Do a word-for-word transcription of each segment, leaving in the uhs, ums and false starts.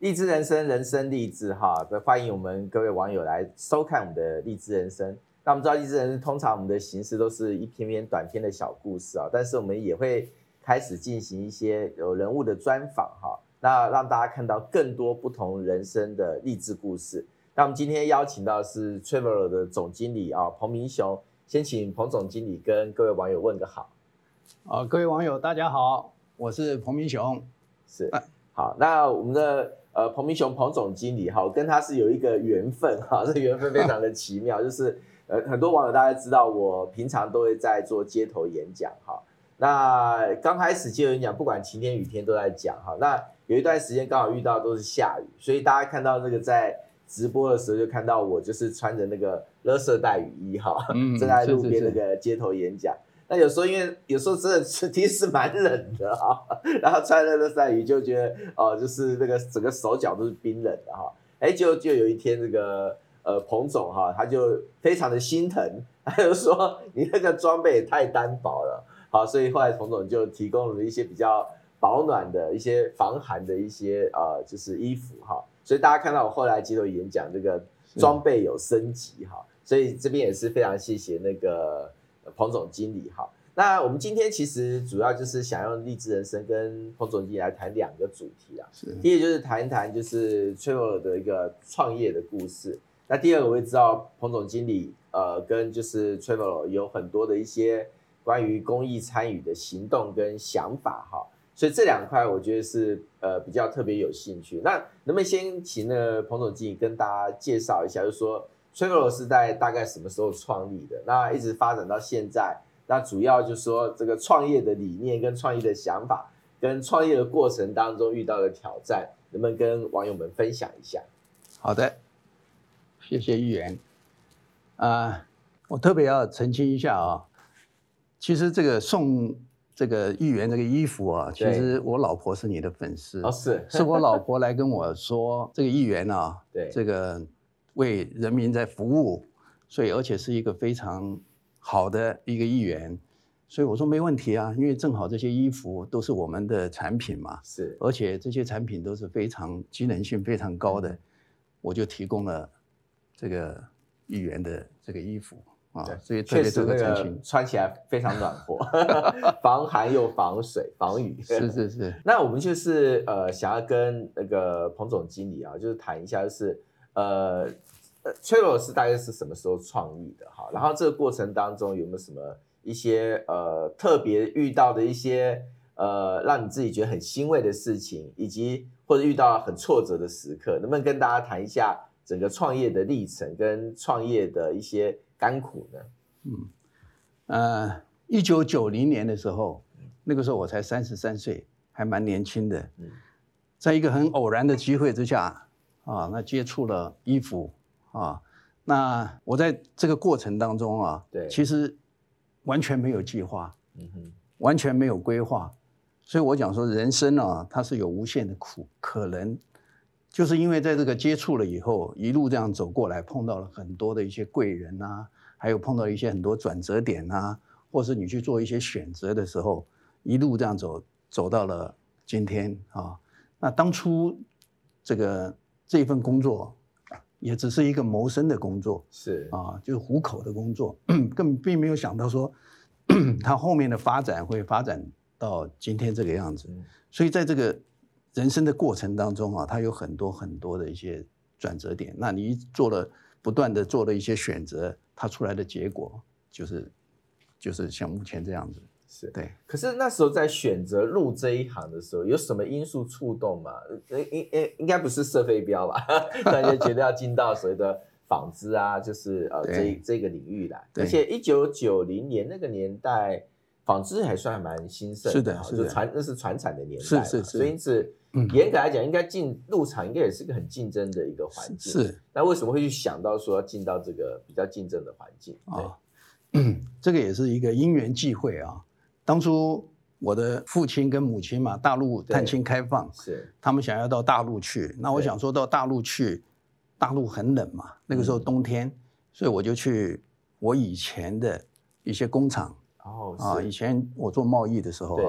励志人生，人生励志哈，欢迎我们各位网友来收看我们的励志人生。那我们知道励志人生通常我们的形式都是一篇篇短篇的小故事啊，但是我们也会开始进行一些有人物的专访哈，那让大家看到更多不同人生的励志故事。那我们今天邀请到的是 Traveler 的总经理啊彭明雄，先请彭总经理跟各位网友问个好。 啊，各位网友大家好，我是彭明雄。 是，好，那我们的呃彭明雄彭总经理哈，跟他是有一个缘分哈，这缘分非常的奇妙，就是呃很多网友大家知道，我平常都会在做街头演讲哈。那刚开始街头演讲，不管晴天雨天都在讲哈。那有一段时间刚好遇到都是下雨，所以大家看到那个在直播的时候就看到我就是穿着那个垃圾袋雨衣哈，嗯、正在路边那个街头演讲。是是是，那有时候因为有时候真的是其实蛮冷的哈，然后穿着垃圾袋雨就觉得哦、呃，就是那个整个手脚都是冰冷的哈。哎，就就有一天这个呃彭总哈，他就非常的心疼，他就说你那个装备也太单薄了，好，所以后来彭总就提供了一些比较保暖的一些防寒的一些呃就是衣服哈。所以大家看到我后来街头演讲，这个装备有升级哈，所以这边也是非常谢谢那个彭总经理哈。那我们今天其实主要就是想用励志人生跟彭总经理来谈两个主题啊。第一个就是谈一谈就是 Traveler 的一个创业的故事。那第二个我也知道彭总经理呃跟就是 Traveler 有很多的一些关于公益参与的行动跟想法哈。所以这两块我觉得是呃比较特别有兴趣。那能不能先请那个彭总经理跟大家介绍一下，就是说 Traveler 是在大概什么时候创立的？那一直发展到现在，那主要就是说这个创业的理念跟创业的想法，跟创业的过程当中遇到的挑战，能不能跟网友们分享一下？ 好的，谢谢议员。啊、呃，我特别要澄清一下啊，其实这个送。这个议员这个衣服啊，其实我老婆是你的粉丝， 哦是， 是我老婆来跟我说，这个议员啊， 对， 这个为人民在服务，所以而且是一个非常好的一个议员，所以我说没问题啊，因为正好这些衣服都是我们的产品嘛， 是， 而且这些产品都是非常机能性非常高的，嗯、我就提供了这个议员的这个衣服。啊，所以确实那个穿起来非常暖和，防寒又防水防雨。 是是是。 那我们就是呃想要跟那个彭总经理啊，就是谈一下，就是呃呃 Traveler 是大概是什么时候创立的哈？然后这个过程当中有没有什么一些呃特别遇到的一些呃让你自己觉得很欣慰的事情，以及或者遇到很挫折的时刻，能不能跟大家谈一下整个创业的历程跟创业的一些甘苦呢？ 嗯，呃，一九九零年的时候，那个时候我才三十三岁，还蛮年轻的。嗯，在一个很偶然的机会之下，啊，那接触了衣服啊，那我在这个过程当中啊，对，其实完全没有计划，嗯哼，完全没有规划，所以我讲说人生啊，它是有无限的苦可能。就是因为在这个接触了以后，一路这样走过来，碰到了很多的一些贵人啊，还有碰到一些很多转折点啊，或是你去做一些选择的时候，一路这样走走到了今天啊。那当初这个这份工作也只是一个谋生的工作， 是啊，就是糊口的工作，根本并没有想到说它后面的发展会发展到今天这个样子。所以在这个人生的过程当中啊，它有很多很多的一些转折点。那你做了不断的做了一些选择，它出来的结果就是就是像目前这样子。 是， 对。 可是那时候在选择入这一行的时候，有什么因素触动吗？应应应该不是射飞镖吧？大家觉得要进到所谓的纺织啊，就是呃这这个领域来。而且一九九零年那个年代，纺织还算蛮兴盛的， 是的，是的， 就传那是传产的年代嘛， 是是是， 所以因此。嗯、严格来讲，应该进入场应该也是个很竞争的一个环境。 是， 那为什么会去想到说要进到这个比较竞争的环境？ 啊、哦，这个也是一个因缘际会啊。当初我的父亲跟母亲嘛，大陆探亲开放， 是他们想要到大陆去。那我想说到大陆去，大陆很冷嘛，那个时候冬天，嗯、所以我就去我以前的一些工厂。 哦， 啊，以前我做贸易的时候啊。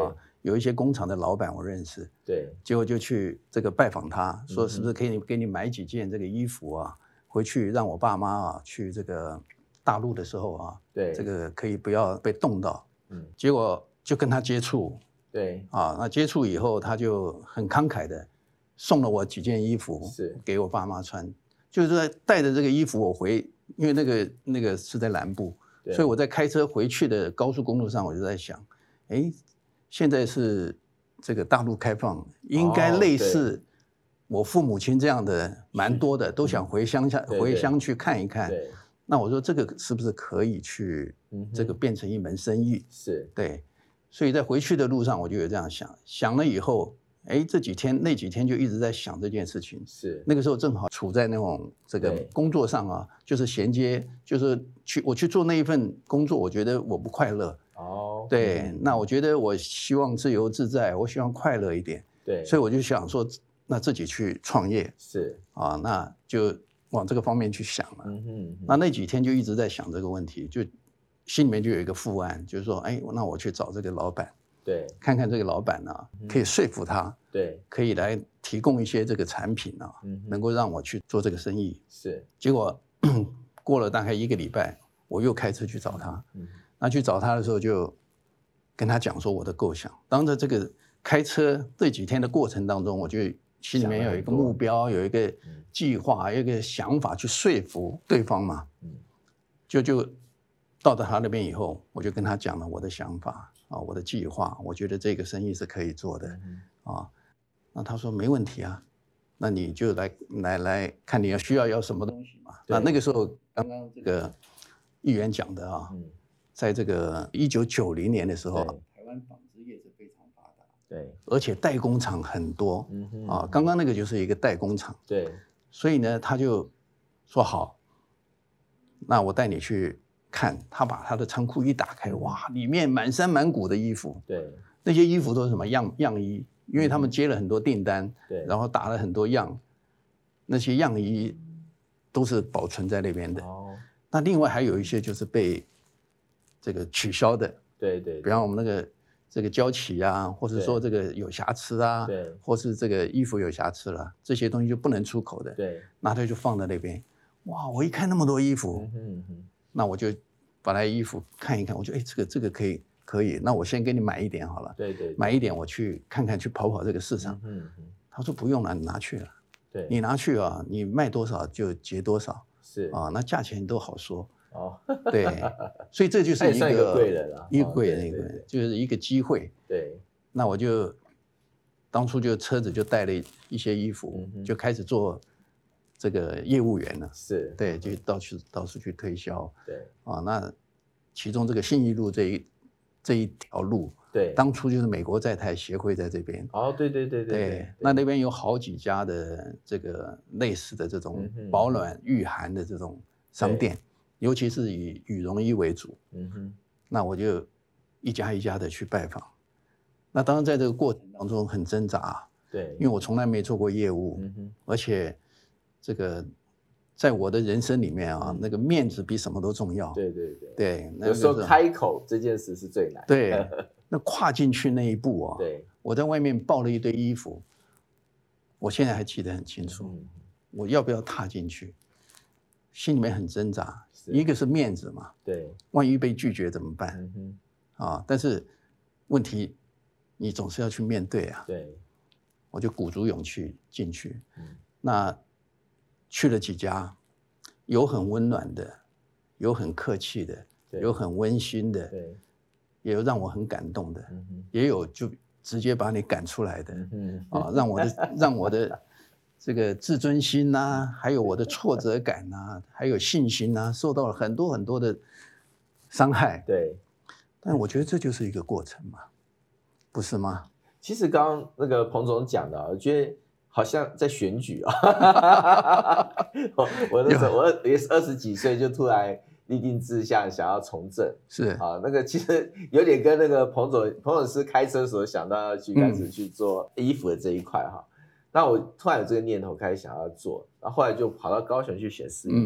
有一些工厂的老板我认识， 对， 结果就去这个拜访他，说是不是可以给你买几件这个衣服啊，回去让我爸妈啊去这个大陆的时候啊， 对， 这个可以不要被冻到。 嗯， 结果就跟他接触， 对， 啊，那接触以后他就很慷慨的送了我几件衣服， 是给我爸妈穿，就是说带着这个衣服我回，因为那个那个是在南部，所以我在开车回去的高速公路上，我就在想，哎。现在是这个大陆开放，应该类似我父母亲这样的蛮多的，都想回乡下、回乡去看一看。那我说这个是不是可以去这个变成一门生意？ 是， 对。所以在回去的路上，我就有这样想，想了以后，哎，这几天那几天就一直在想这件事情。 是， 那个时候正好处在那种这个工作上啊，就是衔接，就是去我去做那一份工作，我觉得我不快乐。 哦， 对， 嗯、 那我觉得我希望自由自在，我希望快乐一点。 对， 所以我就想说，那自己去创业是啊，那就往这个方面去想了。 嗯哼嗯哼， 那那几天就一直在想这个问题，就心里面就有一个副案，就是说，哎，那我去找这个老板， 对， 看看这个老板呢、啊，可以说服他， 对， 可以来提供一些这个产品啊， 嗯、 能够让我去做这个生意。 是， 结果过了大概一个礼拜，我又开车去找他。嗯，那去找他的时候就跟他讲说我的构想。当着这个开车这几天的过程当中，我就心里面有一个目标，有一个计划，有一个想法去说服对方嘛。嗯，就就到了他那边以后，我就跟他讲了我的想法啊，我的计划，我觉得这个生意是可以做的啊。那他说没问题啊，那你就来来来看你要需要要什么东西嘛。那那个时候刚刚这个议员讲的啊。嗯，在这个一九九零年的时候，台湾纺织业是非常发达，对，而且代工厂很多，嗯哼啊，刚刚那个就是一个代工厂，对，所以呢，他就说好，那我带你去看，他把他的仓库一打开，哇，里面满山满谷的衣服，对，那些衣服都是什么样样衣，因为他们接了很多订单，对，然后打了很多样，那些样衣都是保存在那边的，哦，那另外还有一些就是被这个取消的，对 对, 对，比方我们那个这个胶旗啊，或者说这个有瑕疵啊，对，或是这个衣服有瑕疵了，这些东西就不能出口的，对，那他就放在那边。哇，我一看那么多衣服，嗯哼哼，那我就把那衣服看一看，我觉得哎，这个这个可以可以，那我先给你买一点好了，对 对, 对，买一点我去看看，去跑跑这个市场。嗯哼，他说不用了，你拿去了，对，你拿去啊，你卖多少就结多少，是啊，那价钱都好说。哦，对，所以这就是一个一个贵人了， 一个贵人，一个就是一个机会。对，那我就当初就车子就带了一些衣服，嗯、就开始做这个业务员了。是，对，就到处到处去推销。对，啊，那其中这个信义路这一这一条路，对，当初就是美国在台协会在这边。 哦，对对对 对, 对, 对，那那边有好几家的这个类似的这种保暖御寒的这种商店。尤其是以羽绒衣为主，嗯哼，那我就一家一家的去拜访。那当然在这个过程当中很挣扎，对，因为我从来没做过业务，嗯哼，而且这个在我的人生里面啊，嗯、那个面子比什么都重要。 对对对， 对， 有时候开口这件事是最难。 对，那跨进去那一步啊，对，我在外面抱了一堆衣服，我现在还记得很清楚，嗯、我要不要踏进去？心里面很挣扎，一个是面子嘛，对，万一被拒绝怎么办？嗯哼，啊，但是问题你总是要去面对啊，对，我就鼓足勇气进去，嗯，那去了几家，有很温暖的，有很客气的，有很温馨的，对，也有让我很感动的，嗯、也有就直接把你赶出来的，嗯、啊，让我的让我的。这个自尊心呐、啊，还有我的挫折感呐、啊，还有信心呐、啊，受到了很多很多的伤害。对，但我觉得这就是一个过程嘛，不是吗？ 其实刚刚那个彭总讲的，我觉得好像在选举啊。我我那时候我也是二十几岁就突然立定志向，想要从政。是啊，那个其实有点跟那个彭总彭总是开车时候想到要去开始去做衣服的这一块哈。嗯，那我突然有这个念头，开始想要做，然后后来就跑到高雄去选市议员，嗯、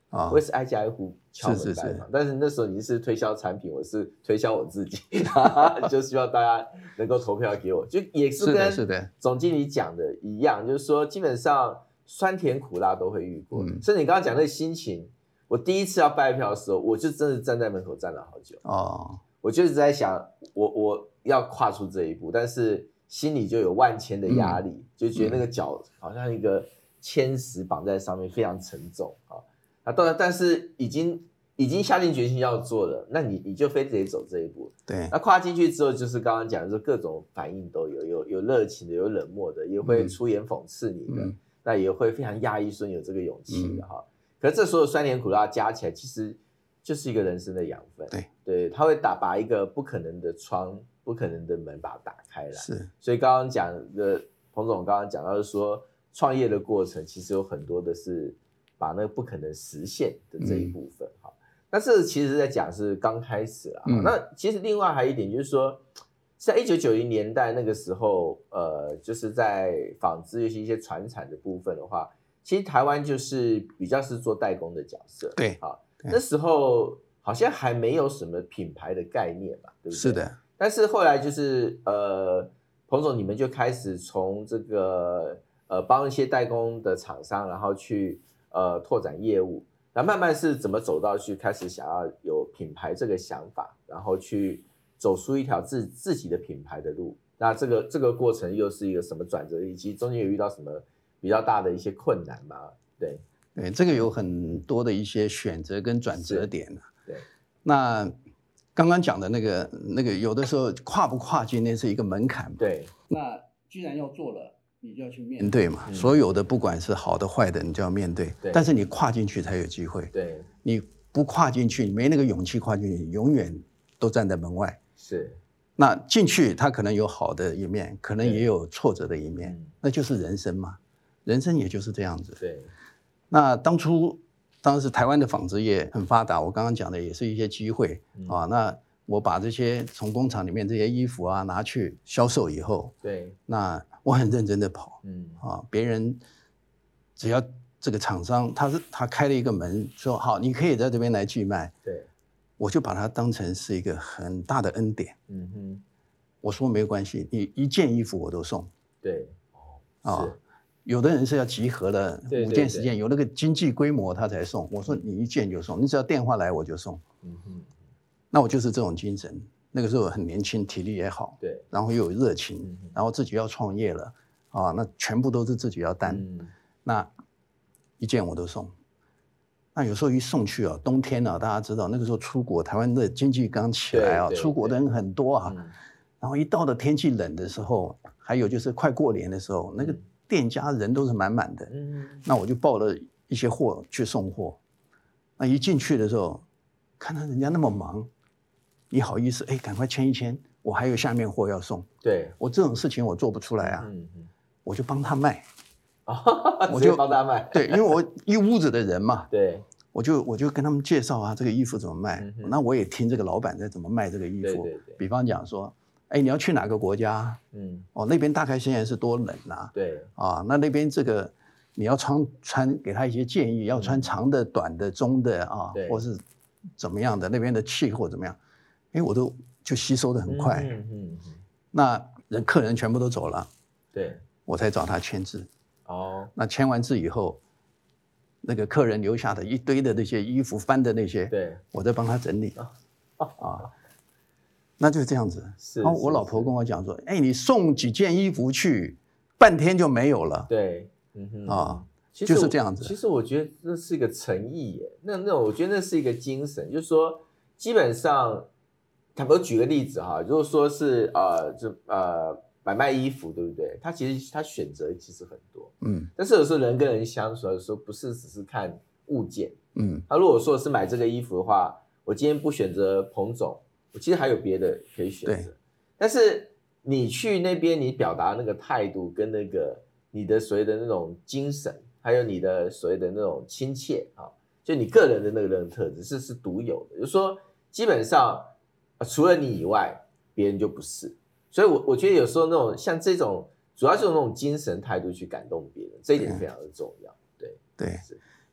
啊，我也是挨家挨户敲门是是拜访， 是但是那时候你是推销产品，我是推销我自己，就希望大家能够投票给我，就也是跟是的总经理讲的一样，就是说基本上酸甜苦辣都会遇过， 嗯甚至你刚刚讲那个心情，我第一次要拜票的时候，我就真的站在门口站了好久， 哦， 我就一直在想，我我要跨出这一步，但是心里就有万千的压力，嗯、就觉得那个脚好像一个铅石绑在上面，非常沉重啊。啊，当然，但是已经已经下定决心要做了，那你你就非得走这一步。 对， 那跨进去之后，就是刚刚讲的，说各种反应都有，有有热情的，有冷漠的，也会出言讽刺你的，嗯、那也会非常讶异，说你有这个勇气的哈。嗯、可是这所有酸甜苦辣加起来，其实就是一个人生的养分。 对， 对，他会打把一个不可能的窗、不可能的门把它打开来。 是， 所以刚刚讲的彭总刚刚讲到是说，创业的过程其实有很多的是。把那个不可能实现的这一部分哈，嗯、那这其实在讲是刚开始啦。嗯、那其实另外还有一点就是说，在一九九零年代那个时候，呃，就是在纺织尤其一些传产的部分的话，其实台湾就是比较是做代工的角色。 对， 好，那时候好像还没有什么品牌的概念嘛，对不对？ 是的。 但是后来就是呃，彭总你们就开始从这个呃帮一些代工的厂商，然后去。呃，拓展业务，那慢慢是怎么走到去开始想要有品牌这个想法，然后去走出一条自自己的品牌的路。那这个这个过程又是一个什么转折？以及中间有遇到什么比较大的一些困难吗？对， 对，这个有很多的一些选择跟转折点啊。 对， 那刚刚讲的那个那个，有的时候跨不跨进那是一个门槛嘛。 对， 那既然要做了。你就要去面对嘛，嗯、所有的不管是好的坏的，你就要面对。 对， 但是你跨进去才有机会。 对， 你不跨进去，你没那个勇气跨进去，永远都站在门外。 是， 那进去，它可能有好的一面，可能也有挫折的一面， 嗯、 那就是人生嘛。人生也就是这样子。 对。 那当初当时台湾的纺织业很发达，我刚刚讲的也是一些机会、嗯、啊。那我把这些从工厂里面这些衣服啊拿去销售以后， 对， 那我很认真的跑， 嗯啊，别人只要这个厂商他是他开了一个门，说好你可以在这边来寄卖， 对， 我就把它当成是一个很大的恩典， 嗯哼， 我说没有关系，你一件衣服我都送， 对， 啊，有的人是要集合了五件十件，有那个经济规模他才送，我说你一件就送，你只要电话来我就送， 嗯哼， 那我就是这种精神。那个时候很年轻，体力也好， 对， 然后又有热情， 嗯、 然后自己要创业了，啊，那全部都是自己要担，嗯、那一件我都送。那有时候一送去啊，冬天啊，大家知道那个时候出国，台湾的经济刚起来啊，出国的人很多啊，嗯、然后一到了天气冷的时候，还有就是快过年的时候，那个店家人都是满满的，嗯、那我就抱了一些货去送货。那一进去的时候，看到人家那么忙。你好意思哎，赶快签一签，我还有下面货要送。 对， 我这种事情我做不出来啊，嗯嗯、我就帮他卖， 我就帮他卖。 对，因为我一屋子的人嘛， 对， 我就我就跟他们介绍啊，这个衣服怎么卖。嗯、那我也听这个老板在怎么卖这个衣服。 对对对。 比方讲说，哎，你要去哪个国家？嗯，哦，那边大概现在是多冷啊。 对。啊， 那那边这个你要穿穿，给他一些建议，要穿长的、短的、中的啊，或是怎么样的，那边的气候怎么样？哎，我都就吸收的很快，嗯嗯嗯、那人客人全部都走了， 对， 我才找他签字。 哦， 那签完字以后，那个客人留下的一堆的那些衣服翻的那些， 对， 我再帮他整理。啊，啊那就是这样子。 是。 然后我老婆跟我讲说：“哎，你送几件衣服去，半天就没有了。” 对，嗯哼， 啊，就是这样子。 其实我觉得这是一个诚意耶，那那我觉得那是一个精神，就是说基本上。坦白举个例子哈，如果说是呃，就呃买卖衣服，对不对？他其实他选择其实很多，嗯，但是有时候人跟人相处的时候，不是只是看物件，嗯，他如果说是买这个衣服的话，我今天不选择彭总，我其实还有别的可以选择。但是你去那边，你表达那个态度跟那个你的所谓的那种精神，还有你的所谓的那种亲切啊，就你个人的那个人特质是是独有的，就是说基本上。除了你以外，别人就不是，所以我，我我觉得有时候那种像这种，主要就是那种精神态度去感动别人，这一点非常的重要。对对，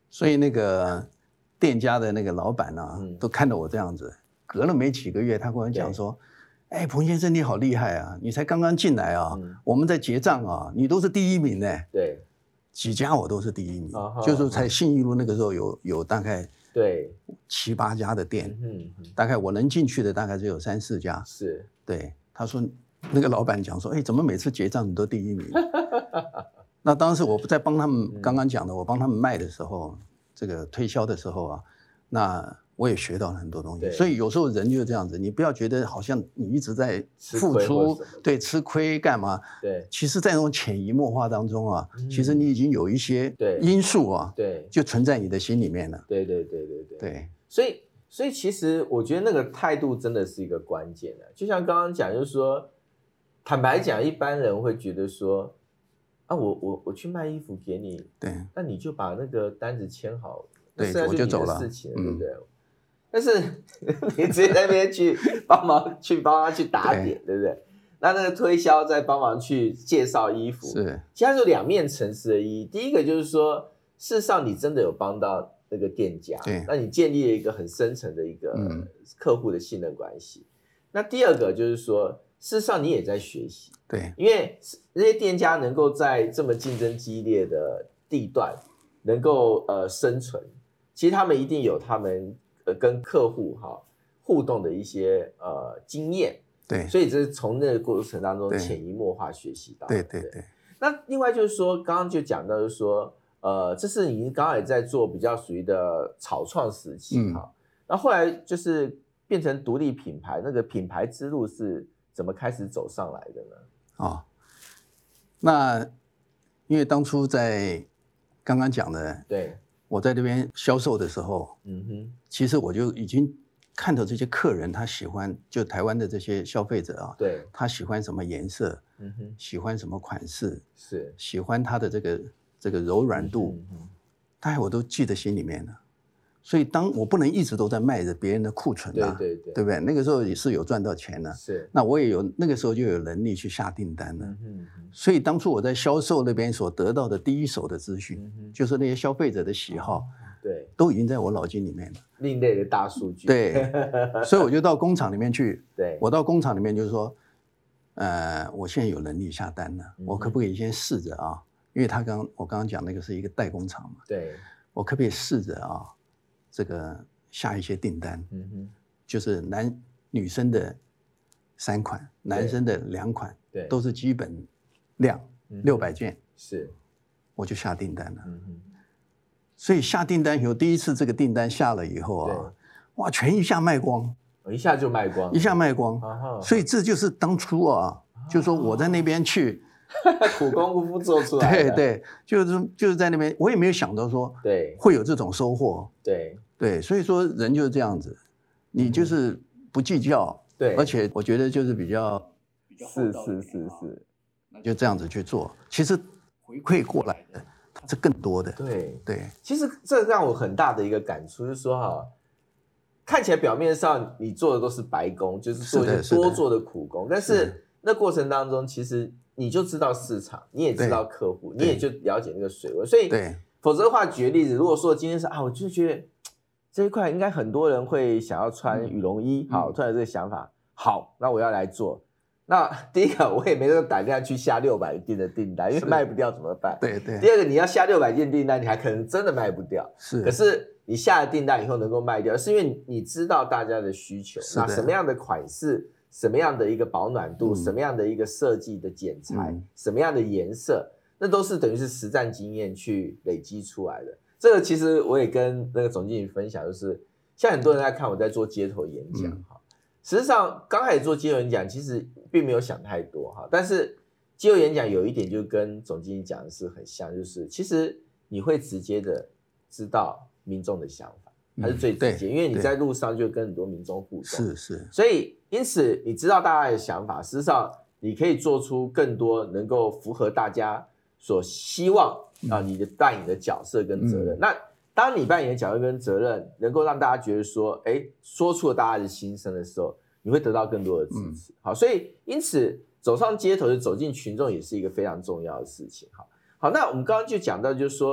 所以那个店家的那个老板啊，嗯、都看到我这样子，隔了没几个月，他跟我讲说：“哎，彭先生你好厉害啊！你才刚刚进来啊，嗯、我们在结账啊，你都是第一名呢。” 对， 几家我都是第一名，啊、就是在信义路那个时候有有大概对七八家的店， 嗯嗯、 大概我能进去的大概只有三四家。 是， 对，他说那个老板讲说：“哎，怎么每次结账你都第一名？”那当时我在帮他们刚刚讲的，我帮他们卖的时候，这个推销的时候啊，那我也学到了很多东西。所以有时候人就是这样子，你不要觉得好像你一直在付出，对，吃亏干嘛？ 对， 其实，在那种潜移默化当中啊，嗯、其实你已经有一些因素啊， 对， 就存在你的心里面了。 对对对对对。 对， 所以所以其实我觉得那个态度真的是一个关键的。就像刚刚讲，就是说，坦白讲，一般人会觉得說啊，我我我去卖衣服给你， 对， 那你就把那个单子签好， 对， 那我就走了， 事情了，对不对？嗯、但是你直接在那边去帮忙去帮他去打点， 对, 对不对？那那个推销再帮忙去介绍衣服， 是， 其实它就两面层次的意义。第一个就是说，事实上你真的有帮到那个店家， 对， 那你建立了一个很深层的一个客户的信任关系。嗯、那第二个就是说，事实上你也在学习。 对， 因为这些店家能够在这么竞争激烈的地段能够呃生存，其实他们一定有他们呃跟客户哈互动的一些呃经验， 对， 所以这是从那个过程当中潜移默化学习到的。 对对 对, 对。 那另外就是说，刚刚就讲到就是说，呃，这是你刚刚也在做比较属于的草创时期哈，那、嗯、后来就是变成独立品牌，那个品牌之路是怎么开始走上来的呢？ 哦，那因为当初在刚刚讲的， 对， 我在这边销售的时候， 嗯哼， 其实我就已经看到这些客人他喜欢，就台湾的这些消费者啊， 对， 他喜欢什么颜色， 嗯哼， 喜欢什么款式， 是， 喜欢它的这个这个柔软度，嗯哼，大概我都记在心里面了。所以当我不能一直都在卖着别人的库存啊， 对对对， 对不对？那个时候也是有赚到钱的， 是。 那我也有那个时候就有能力去下订单了。 嗯哼嗯， 所以当初我在销售那边所得到的第一手的资讯，嗯、就是那些消费者的喜好， 对， 都已经在我脑筋里面了。 另类的大数据。 对，所以我就到工厂里面去。 对， 我到工厂里面就是说，呃，我现在有能力下单了，嗯、我可不可以先试着啊？因为他刚我刚刚讲那个是一个代工厂嘛， 对， 我可不可以试着啊，这个下一些订单？嗯哼，就是男女生的三款，男生的两款，对，都是基本量六百件， 是， 我就下订单了。嗯哼，所以下订单以后，第一次这个订单下了以后啊，哇，全一下卖光， 一下就卖光， 一下卖光。啊、所以这就是当初啊，啊就说我在那边去。 苦功夫做出来的， 对对，就是就是在那边，我也没有想到说， 对， 会有这种收获， 对对，所以说人就是这样子，你就是不计较， 对， 而且我觉得就是比较， 是是是是， 就这样子去做，其实回馈过来的它是更多的， 对对， 其实这让我很大的一个感触，就是说哈，看起来表面上你做的都是白工，就是做一些多做的苦工，但是那过程当中其实。你就知道市场，你也知道客户，你也就了解那个水温，所以，否则的话，举个例子，如果说今天是啊，我就觉得这一块应该很多人会想要穿羽绒衣，嗯、好，突然有这个想法，好，那我要来做。那第一个，我也没这个胆量去下六百件的订单，因为卖不掉怎么办？ 对对。 第二个，你要下六百件订单，你还可能真的卖不掉。 是。 可是你下了订单以后能够卖掉，是因为你知道大家的需求，那什么样的款式？什么样的一个保暖度，嗯、什么样的一个设计的剪裁，嗯、什么样的颜色，那都是等于是实战经验去累积出来的。这个其实我也跟那个总经理分享，就是像很多人在看我在做街头演讲哈，嗯、实际上刚开始做街头演讲，其实并没有想太多哈，但是街头演讲有一点就跟总经理讲的是很像，就是其实你会直接的知道民众的想法。还是最直接，嗯、因为你在路上就跟很多民众互动， 是是， 所以因此你知道大家的想法，事实上你可以做出更多能够符合大家所希望啊，你的扮演的角色跟责任。嗯、那当你扮演的角色跟责任能够让大家觉得说，哎，说出了大家的心声的时候，你会得到更多的支持。嗯、好，所以因此走上街头就走进群众也是一个非常重要的事情。好，好，那我们刚刚就讲到，就是说。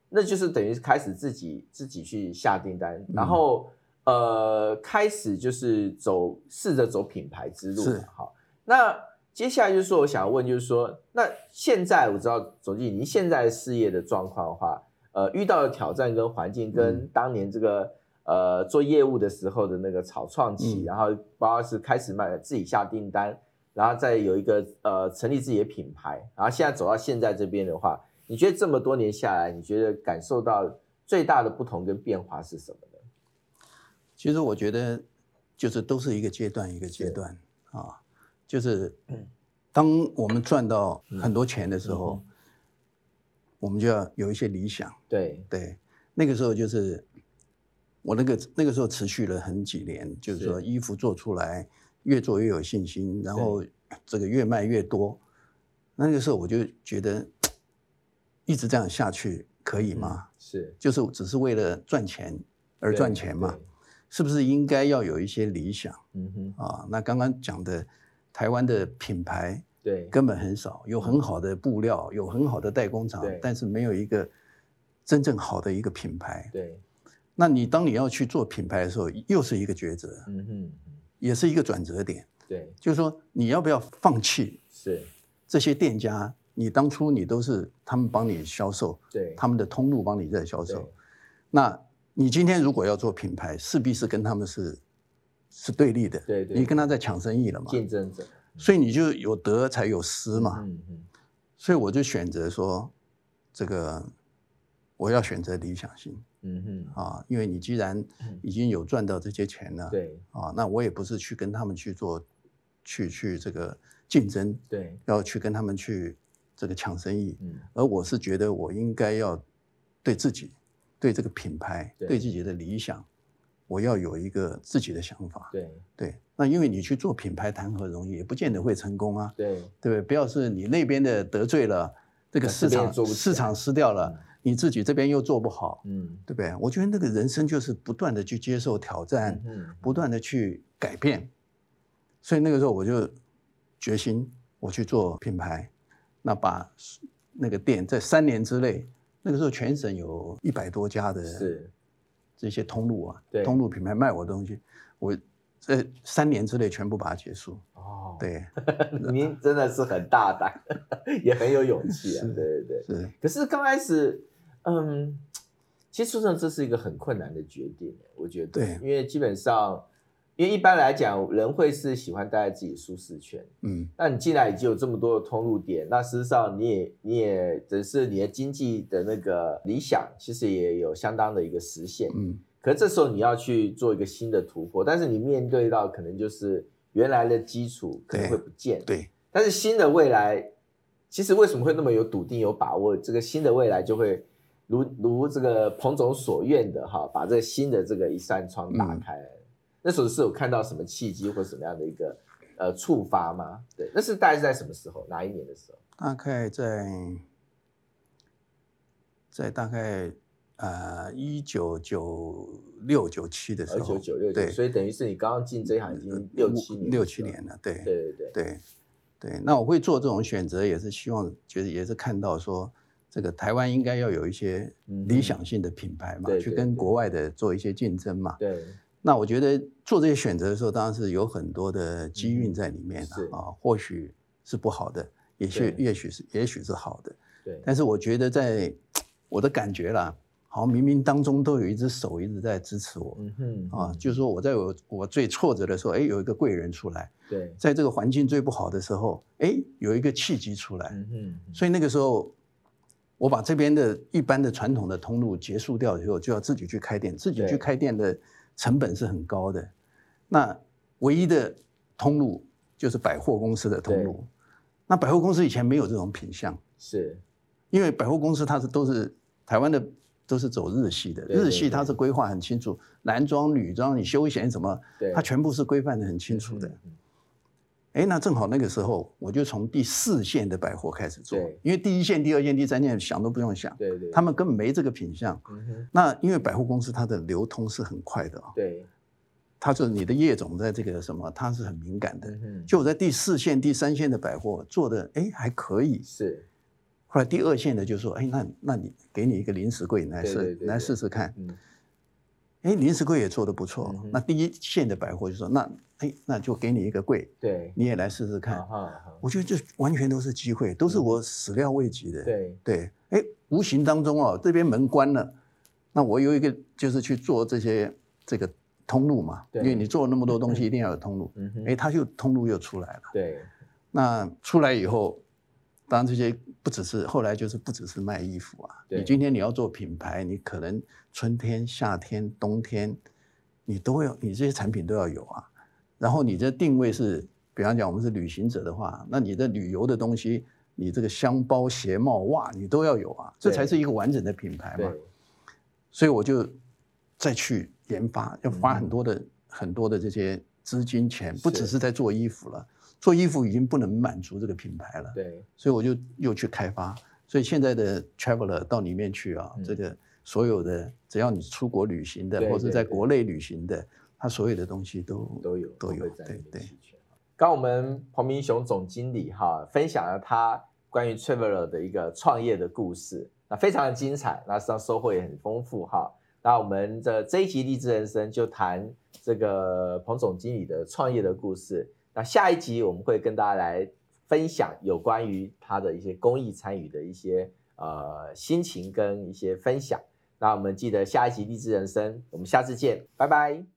那就是等于开始自己自己去下订单，嗯、然后呃开始就是走试着走品牌之路嘛。好，那接下来就是说我想要问就是说，那现在我知道总经理您现在事业的状况的话，呃遇到的挑战跟环境跟当年这个、嗯、呃做业务的时候的那个草创期，嗯、然后包括是开始卖自己下订单，然后再有一个呃成立自己的品牌，然后现在走到现在这边的话，你觉得这么多年下来，你觉得感受到最大的不同跟变化是什么呢？ 其实我觉得就是都是一个阶段一个阶段啊，就是当我们赚到很多钱的时候，嗯、我们就要有一些理想。 对对，那个时候就是我那个那个时候持续了很几年，就是说衣服做出来越做越有信心，然后这个越卖越多。那个时候我就觉得一直这样下去可以吗？ 嗯、是， 就是只是为了赚钱而赚钱嘛？是不是应该要有一些理想？嗯哼，啊，那刚刚讲的台湾的品牌， 对， 根本很少，有很好的布料，有很好的代工厂，但是没有一个真正好的一个品牌。 对， 那你当你要去做品牌的时候，又是一个抉择，嗯哼，也是一个转折点。 对， 就是说你要不要放弃？ 是这些店家，你当初你都是他们帮你销售， 对， 他们的通路帮你在销售，那你今天如果要做品牌，势必是跟他们是是对立的， 对对， 你跟他在抢生意了嘛， 竞争者， 所以你就有得才有失嘛， 嗯嗯， 所以我就选择说，这个我要选择理想性，嗯哼，啊，因为你既然已经有赚到这些钱了， 对， 啊，那我也不是去跟他们去做，去去这个竞争， 对， 要去跟他们去这个抢生意，嗯，而我是觉得我应该要对自己。对这个品牌， 对, 对自己的理想，我要有一个自己的想法。 对对，那因为你去做品牌谈何容易，也不见得会成功啊。 对对不对？不要是你那边的得罪了，这个市场市场失掉了，嗯、你自己这边又做不好，嗯，对不对？我觉得那个人生就是不断的去接受挑战，嗯、不断的去改变。所以那个时候我就决心，我去做品牌，那把那个店在三年之内。那个时候全省有一百多家的这些通路啊，通路品牌卖我的东西，我在三年之内全部把它结束。哦，对， 您真的是很大胆，也很有勇气啊，对对对。 是。 可是刚开始，嗯，其实说真的，这是一个很困难的决定，我觉得， 对， 因为基本上。因为一般来讲，人会是喜欢待在自己的舒适圈。嗯，那你既然已经有这么多的通路点，那事实上你也你也只是你的经济的那个理想，其实也有相当的一个实现。嗯，可是这时候你要去做一个新的突破，但是你面对到可能就是原来的基础可能会不见。 对，对， 但是新的未来，其实为什么会那么有笃定有把握？这个新的未来就会如如这个彭总所愿的哈，把这个新的这个一扇窗打开。嗯，那时候是有看到什么契机或什么样的一个呃触发吗？对，那是大概是在什么时候？哪一年的时候？ 大概在在大概呃一九九六九七的时候， 一九九六，对，所以等于是你刚刚进这一行已经六七年， 六七年了，对， 对对对对对。那我会做这种选择，也是希望觉得也是看到说，这个台湾应该要有一些理想性的品牌嘛， 嗯、 去跟国外的做一些竞争嘛， 对。 那我觉得做这些选择的时候，当然是有很多的机运在里面的、嗯、啊，或许是不好的，也许也许是也许是好的， 对。 但是我觉得在我的感觉啦，好像冥冥当中都有一只手一直在支持我，嗯哼，啊，就是说我在我我最挫折的时候，哎，有一个贵人出来， 对， 在这个环境最不好的时候，哎，有一个契机出来，嗯哼，所以那个时候我把这边的一般的传统的通路结束掉以后，就要自己去开店，自己去开店的成本是很高的，那唯一的通路就是百货公司的通路。那百货公司以前没有这种品项， 是因为百货公司它是都是台湾的都是走日系的， 对对对， 日系它是规划很清楚，男装、女装、你休闲什么，它全部是规范的很清楚的。哎、嗯，那正好那个时候我就从第四线的百货开始做，因为第一线、第二线、第三线想都不用想， 对对， 他们根本没这个品项。嗯、那因为百货公司它的流通是很快的啊， 对， 它就是你的业种在这个什么，它是很敏感的。嗯、就我在第四线、第三线的百货做的，哎还可以， 是， 后来第二线的就说，哎，那那你给你一个临时柜，你来试， 对对对对来试试看。 嗯， 哎，临时柜也做得不错。 嗯哼那第一线的百货就说，那哎，那就给你一个柜， 对， 你也来试试看。 啊哈啊哈我觉得这完全都是机会，都是我始料未及的。 对对，哎，无形当中哦，这边门关了，那我有一个就是去做这些这个通路嘛，因对为你做了那么多东西，一定要有通路。 嗯哼哎，它就通路又出来了。 对， 那出来以后，当然这些不只是后来就是不只是卖衣服啊， 对你今天你要做品牌，你可能春天、夏天、冬天，你都要，你这些产品都要有啊。然后你的定位是，比方讲我们是旅行者的话，那你的旅游的东西，你这个箱包、鞋帽、袜，你都要有啊，这才是一个完整的品牌嘛。 对， 所以我就再去研发，要花很多的、嗯、很多的这些资金钱，不只是在做衣服了，做衣服已经不能满足这个品牌了。 对， 所以我就又去开发，所以现在的 Traveler 到里面去啊，嗯、这个所有的只要你出国旅行的，或者在国内旅行的，它所有的东西都都有都有， 对对。 刚我们彭明雄总经理哈分享了他关于 Traveler 的一个创业的故事，那非常的精彩，那实际上收获也很丰富哈。那我们的这一集励志人生就谈这个彭总经理的创业的故事。那下一集我们会跟大家来分享有关于他的一些公益参与的一些呃心情跟一些分享。那我们记得下一集励志人生，我们下次见，拜拜。